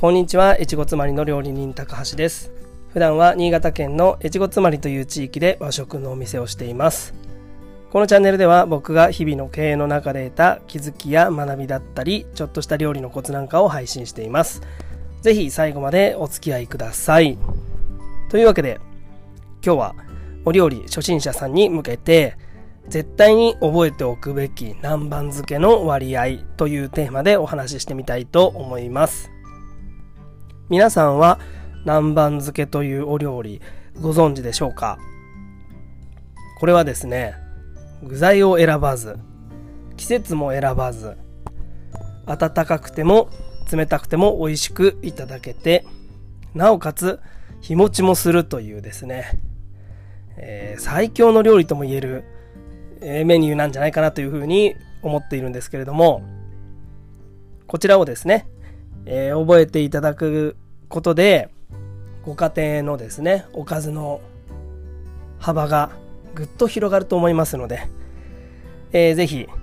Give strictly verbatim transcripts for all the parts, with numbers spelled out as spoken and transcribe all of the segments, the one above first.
こんにちは、越後妻有の料理人高橋です。普段は新潟県の越後妻有という地域で和食のお店をしています。このチャンネルでは僕が日々の経営の中で得た気づきや学びだったり、ちょっとした料理のコツなんかを配信しています。ぜひ最後までお付き合いください。というわけで、今日はお料理初心者さんに向けて絶対に覚えておくべき南蛮漬けの割合というテーマでお話ししてみたいと思います。皆さんは南蛮漬けというお料理ご存知でしょうか？これはですね、具材を選ばず、季節も選ばず、温かくても冷たくても美味しくいただけて、なおかつ日持ちもするというですね、えー、最強の料理とも言える、えー、メニューなんじゃないかなというふうに思っているんですけれども、こちらをですね、えー、覚えていただくことでご家庭のですねおかずの幅がぐっと広がると思いますので、えー、ぜひ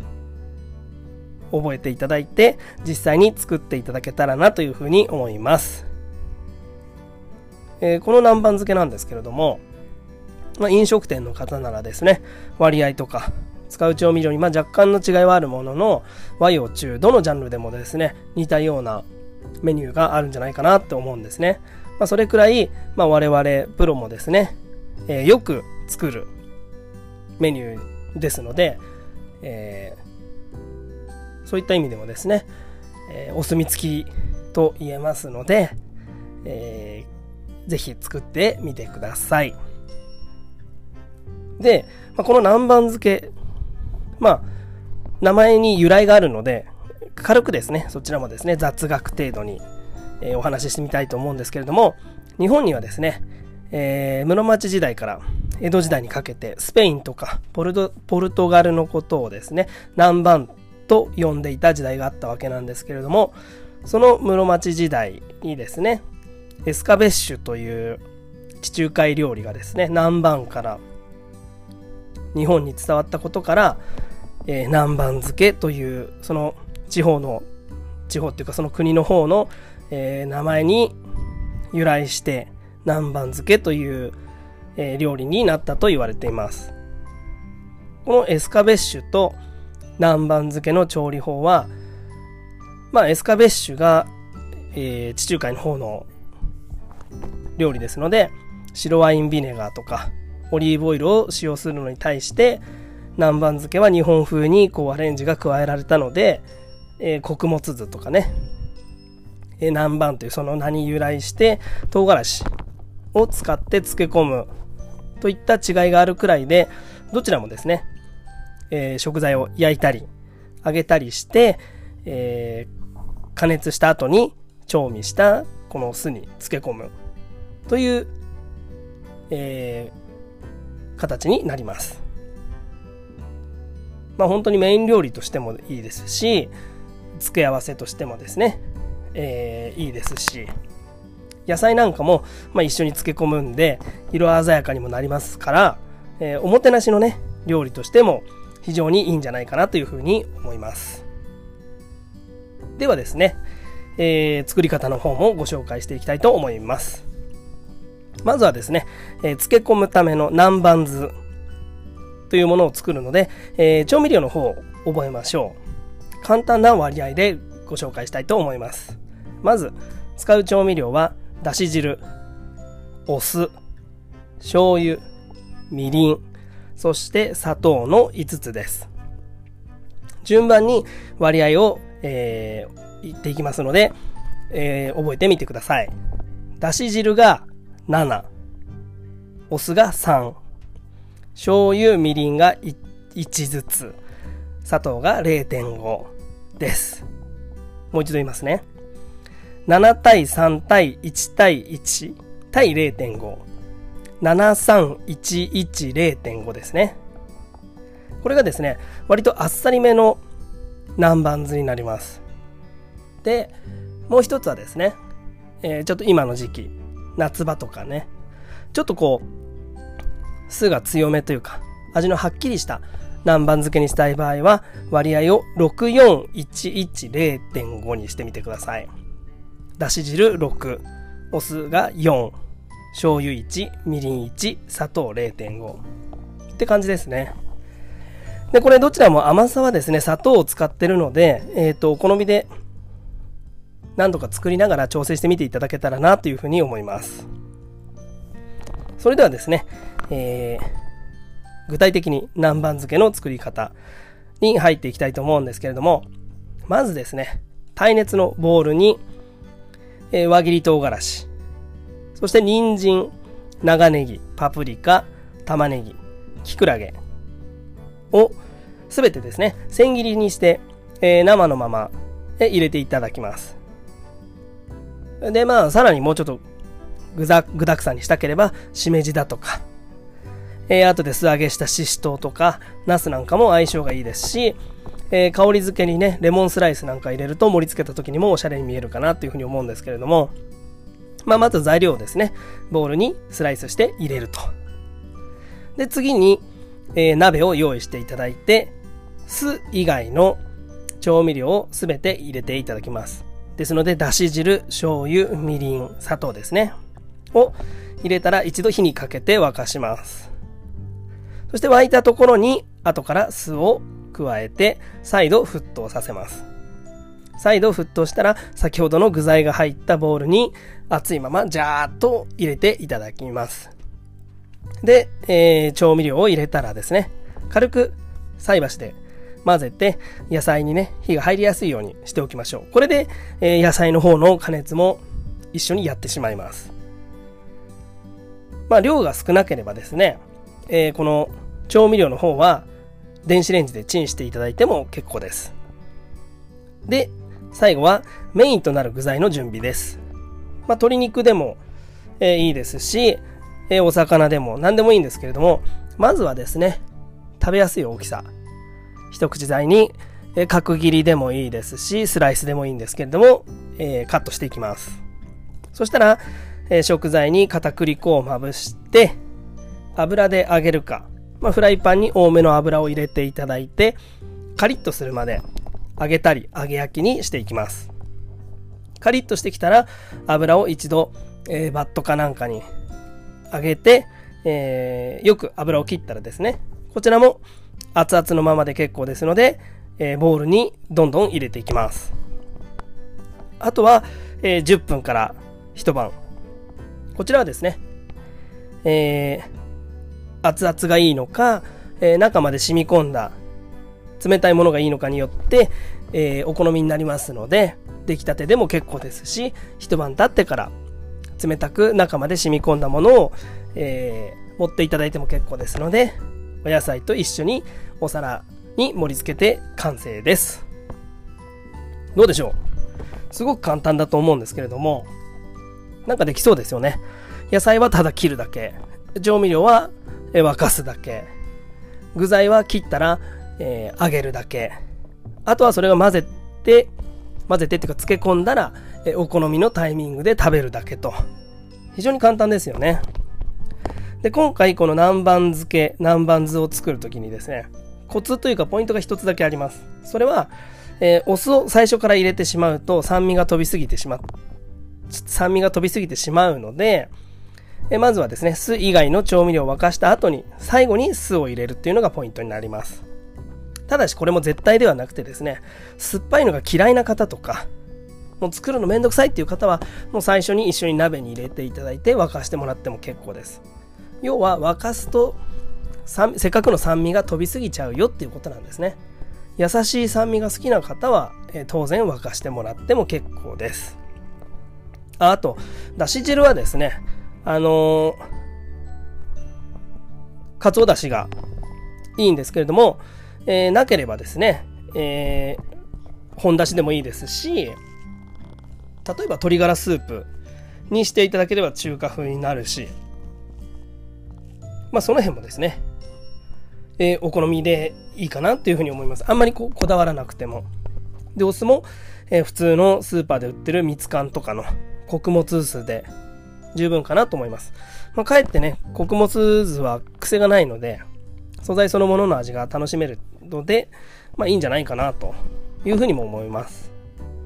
覚えていただいて実際に作っていただけたらなというふうに思います。えー、この南蛮漬けなんですけれども、まあ、飲食店の方ならですね、割合とか使う調味料にまあ若干の違いはあるものの、和洋中どのジャンルでもですね似たようなメニューがあるんじゃないかなと思うんですね。まあ、それくらい、まあ、我々プロもですね、えー、よく作るメニューですので、えー、そういった意味でもですね、えー、お墨付きと言えますので、えー、ぜひ作ってみてください。で、まあ、この南蛮漬け、まあ名前に由来があるので軽くですね、そちらもですね雑学程度に、えー、お話ししてみたいと思うんですけれども、日本にはですね、えー、室町時代から江戸時代にかけてスペインとかポルト、ポルトガルのことをですね南蛮と呼んでいた時代があったわけなんですけれども、その室町時代にですねエスカベッシュという地中海料理がですね南蛮から日本に伝わったことから、えー、南蛮漬けというその地方の地方っていうかその国の方の、えー、名前に由来して南蛮漬けという、えー、料理になったと言われています。このエスカベッシュと南蛮漬けの調理法は、まあエスカベッシュが、えー、地中海の方の料理ですので、白ワインビネガーとかオリーブオイルを使用するのに対して南蛮漬けは日本風にこうアレンジが加えられたので、えー、穀物酢とかね、えー、南蛮というその名に由来して唐辛子を使って漬け込むといった違いがあるくらいで、どちらもですね、えー、食材を焼いたり揚げたりして、えー、加熱した後に調味したこの酢に漬け込むという、えー、形になります。まあ本当にメイン料理としてもいいですし、付け合わせとしてもですね、えー、いいですし、野菜なんかも、まあ、一緒に漬け込むんで色鮮やかにもなりますから、えー、おもてなしのね料理としても非常にいいんじゃないかなというふうに思います。ではですね、えー、作り方の方もご紹介していきたいと思います。まずはですね、えー、漬け込むための南蛮酢というものを作るので、えー、調味料の方を覚えましょう。簡単な割合でご紹介したいと思います。まず使う調味料はだし汁、お酢、醤油、みりん、そして砂糖のいつつです。順番に割合を、えー、言っていきますので、えー、覚えてみてください。だし汁がなな、お酢がさん、醤油、みりんがいちずつ、砂糖が れいてんご です。もう一度言いますね。ななたいさんたいいちたいいちたい れいてんご、ななさんいちいち れいてんご ですね。これがですね割とあっさりめの南蛮酢になります。でもう一つはですね、えー、ちょっと今の時期夏場とかね、ちょっとこう酢が強めというか味のはっきりした南蛮漬けにしたい場合は割合をろくよんいちいち れいてんご にしてみてください。 だし汁ろく、お酢がよん、醤油いち、みりんいち、砂糖 れいてんご って感じですね。で、これどちらも甘さはですね、砂糖を使ってるので、えっと、お好みで何度か作りながら調整してみていただけたらなというふうに思います。それではですね、えー、具体的に南蛮漬けの作り方に入っていきたいと思うんですけれども、まずですね、耐熱のボウルに、えー、輪切り唐辛子、そして人参、長ネギ、パプリカ、玉ねぎ、キクラゲをすべてですね、千切りにして、えー、生のまま入れていただきます。で、まあ、さらにもうちょっと具だ具だくさんにしたければ、しめじだとか、えー、後で素揚げしたししとうとか、ナスなんかも相性がいいですし、えー、香り付けにね、レモンスライスなんか入れると盛り付けた時にもおしゃれに見えるかなというふうに思うんですけれども、まあ、まず材料をですね、ボウルにスライスして入れると。で、次に、えー、鍋を用意していただいて、酢以外の調味料をすべて入れていただきます。ですので、だし汁、醤油、みりん、砂糖ですね。を入れたら一度火にかけて沸かします。そして沸いたところに後から酢を加えて再度沸騰させます。再度沸騰したら先ほどの具材が入ったボウルに熱いままジャーッと入れていただきます。で、えー、調味料を入れたらですね、軽く菜箸で混ぜて野菜にね、火が入りやすいようにしておきましょう。これで、えー、野菜の方の加熱も一緒にやってしまいます。まあ、量が少なければですね、えー、この調味料の方は電子レンジでチンしていただいても結構です。で、最後はメインとなる具材の準備です。まあ、鶏肉でも、えー、いいですし、えー、お魚でも何でもいいんですけれども、まずはですね、食べやすい大きさ、一口大に、えー、角切りでもいいですし、スライスでもいいんですけれども、えー、カットしていきます。そしたら、えー、食材に片栗粉をまぶして油で揚げるか、まあ、フライパンに多めの油を入れていただいてカリッとするまで揚げたり揚げ焼きにしていきます。カリッとしてきたら油を一度、えー、バットかなんかに揚げて、えー、よく油を切ったらですね、こちらも熱々のままで結構ですので、えー、ボウルにどんどん入れていきます。あとは、えー、じゅっぷんから一晩、こちらはですね、えー、熱々がいいのか、えー、中まで染み込んだ冷たいものがいいのかによって、えー、お好みになりますので、出来たてでも結構ですし、一晩経ってから冷たく中まで染み込んだものを、えー、持っていただいても結構ですので、お野菜と一緒にお皿に盛り付けて完成です。どうでしょう？すごく簡単だと思うんですけれども、なんかできそうですよね。野菜はただ切るだけ、調味料は沸かすだけ、具材は切ったら、えー、揚げるだけ、あとはそれが混ぜて混ぜてっていうか漬け込んだら、えー、お好みのタイミングで食べるだけと、非常に簡単ですよね。で、今回この南蛮漬け南蛮酢を作るときにですね、コツというかポイントが一つだけあります。それは、えー、お酢を最初から入れてしまうと酸味が飛びすぎてしまう酸味が飛びすぎてしまうので、えまずはですね、酢以外の調味料を沸かした後に最後に酢を入れるっていうのがポイントになります。ただしこれも絶対ではなくてですね、酸っぱいのが嫌いな方とか、もう作るのめんどくさいっていう方はもう最初に一緒に鍋に入れていただいて沸かしてもらっても結構です。要は沸かすとせっかくの酸味が飛びすぎちゃうよっていうことなんですね。優しい酸味が好きな方は、え当然沸かしてもらっても結構です。あ, あとだし汁はですね、あのー、かつおだしがいいんですけれども、えー、なければですね、えー、本だしでもいいですし、例えば鶏ガラスープにしていただければ中華風になるし、まあその辺もですね、えー、お好みでいいかなというふうに思います。あんまり こ, こだわらなくても。で、お酢も、えー、普通のスーパーで売ってる蜜柑とかの穀物酢で十分かなと思います。まあ、かえってね、穀物酢は癖がないので、素材そのものの味が楽しめるので、まあいいんじゃないかなというふうにも思います。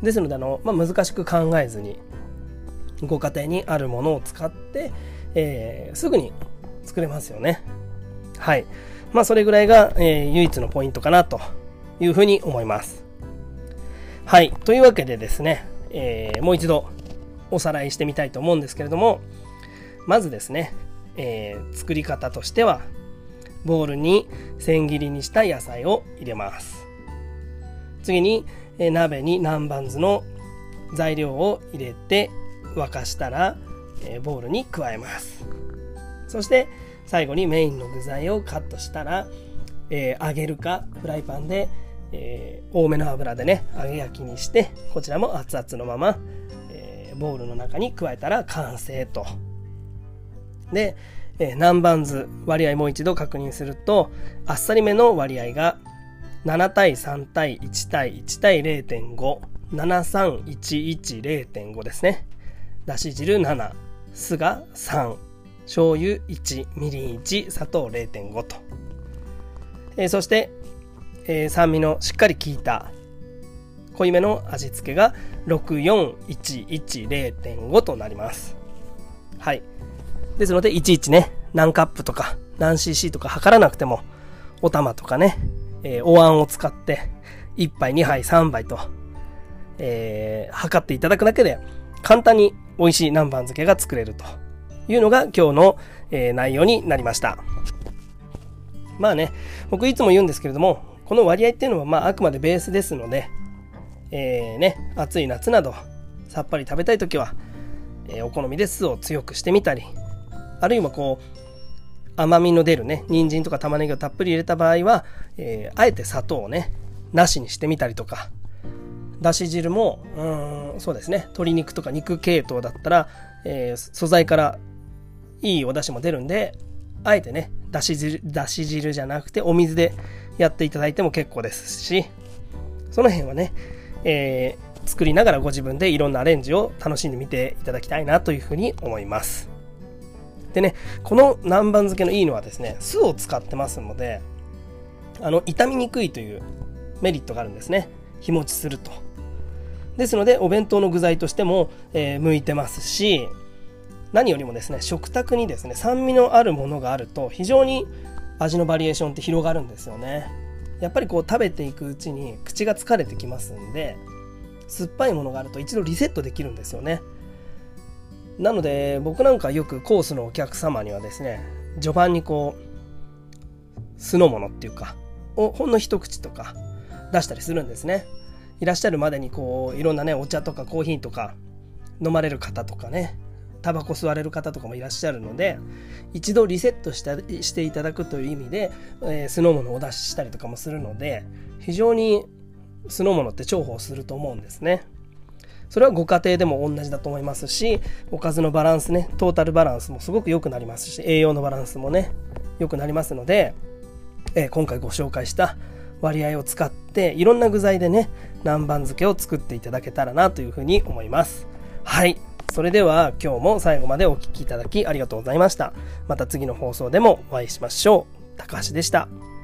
ですのであの、まあ、難しく考えずにご家庭にあるものを使って、えー、すぐに作れますよね。はい。まあそれぐらいが、えー、唯一のポイントかなというふうに思います。はい。というわけでですね、えー、もう一度おさらいしてみたいと思うんですけれども、まずですね、えー、作り方としてはボウルに千切りにした野菜を入れます。次に、えー、鍋に南蛮酢の材料を入れて沸かしたら、えー、ボウルに加えます。そして最後にメインの具材をカットしたら、えー、揚げるかフライパンで、えー、多めの油でね揚げ焼きにして、こちらも熱々のまま、えー、ボウルの中に加えたら完成と。で、えー、南蛮酢割合もう一度確認すると、あっさりめの割合がななたいさんたいいちたいいちたい れいてんご、ななさんいちいち れいてんご ですね。だし汁なな、酢がさん、醤油いち、みりんいち、砂糖 れいてんご と、えー、そして、えー、酸味のしっかり効いた濃いめの味付けがろくよんいちいち れいてんご となります。はい。ですのでいちいちね何カップとか何 シーシー とか測らなくても、お玉とかね、えー、お椀を使っていっぱいにはいさんばいと、えー、測っていただくだけで簡単に美味しい南蛮漬けが作れるというのが今日の、えー、内容になりました。まあね、僕いつも言うんですけれども、この割合っていうのはまああくまでベースですので、えーね、暑い夏などさっぱり食べたいときは、えー、お好みで酢を強くしてみたり、あるいはこう甘みの出るね人参とか玉ねぎをたっぷり入れた場合は、えー、あえて砂糖をねなしにしてみたりとか、だし汁もうーんそうですね、鶏肉とか肉系統だったら、えー、素材からいいお出汁も出るんで、あえてねだし汁、だし汁じゃなくてお水でやっていただいても結構ですし、その辺はね、えー、作りながらご自分でいろんなアレンジを楽しんでみていただきたいなというふうに思います。でね、この南蛮漬けのいいのはですね、酢を使ってますので、あの傷みにくいというメリットがあるんですね。日持ちすると。ですのでお弁当の具材としても、えー、向いてますし、何よりもですね、食卓にですね酸味のあるものがあると非常に味のバリエーションって広がるんですよね。やっぱりこう食べていくうちに口が疲れてきますんで、酸っぱいものがあると一度リセットできるんですよね。なので僕なんかよくコースのお客様にはですね、序盤にこう酢の物っていうかをほんの一口とか出したりするんですね。いらっしゃるまでにこういろんなねお茶とかコーヒーとか飲まれる方とかね、タバコ吸われる方とかもいらっしゃるので、一度リセットしたしていただくという意味で、えー、酢の物をお出ししたりとかもするので、非常に酢の物って重宝すると思うんですね。それはご家庭でも同じだと思いますし、おかずのバランスね、トータルバランスもすごく良くなりますし、栄養のバランスもね良くなりますので、えー、今回ご紹介した割合を使っていろんな具材でね南蛮漬けを作っていただけたらなというふうに思います。はい、それでは今日も最後までお聞きいただきありがとうございました。また次の放送でもお会いしましょう。高橋でした。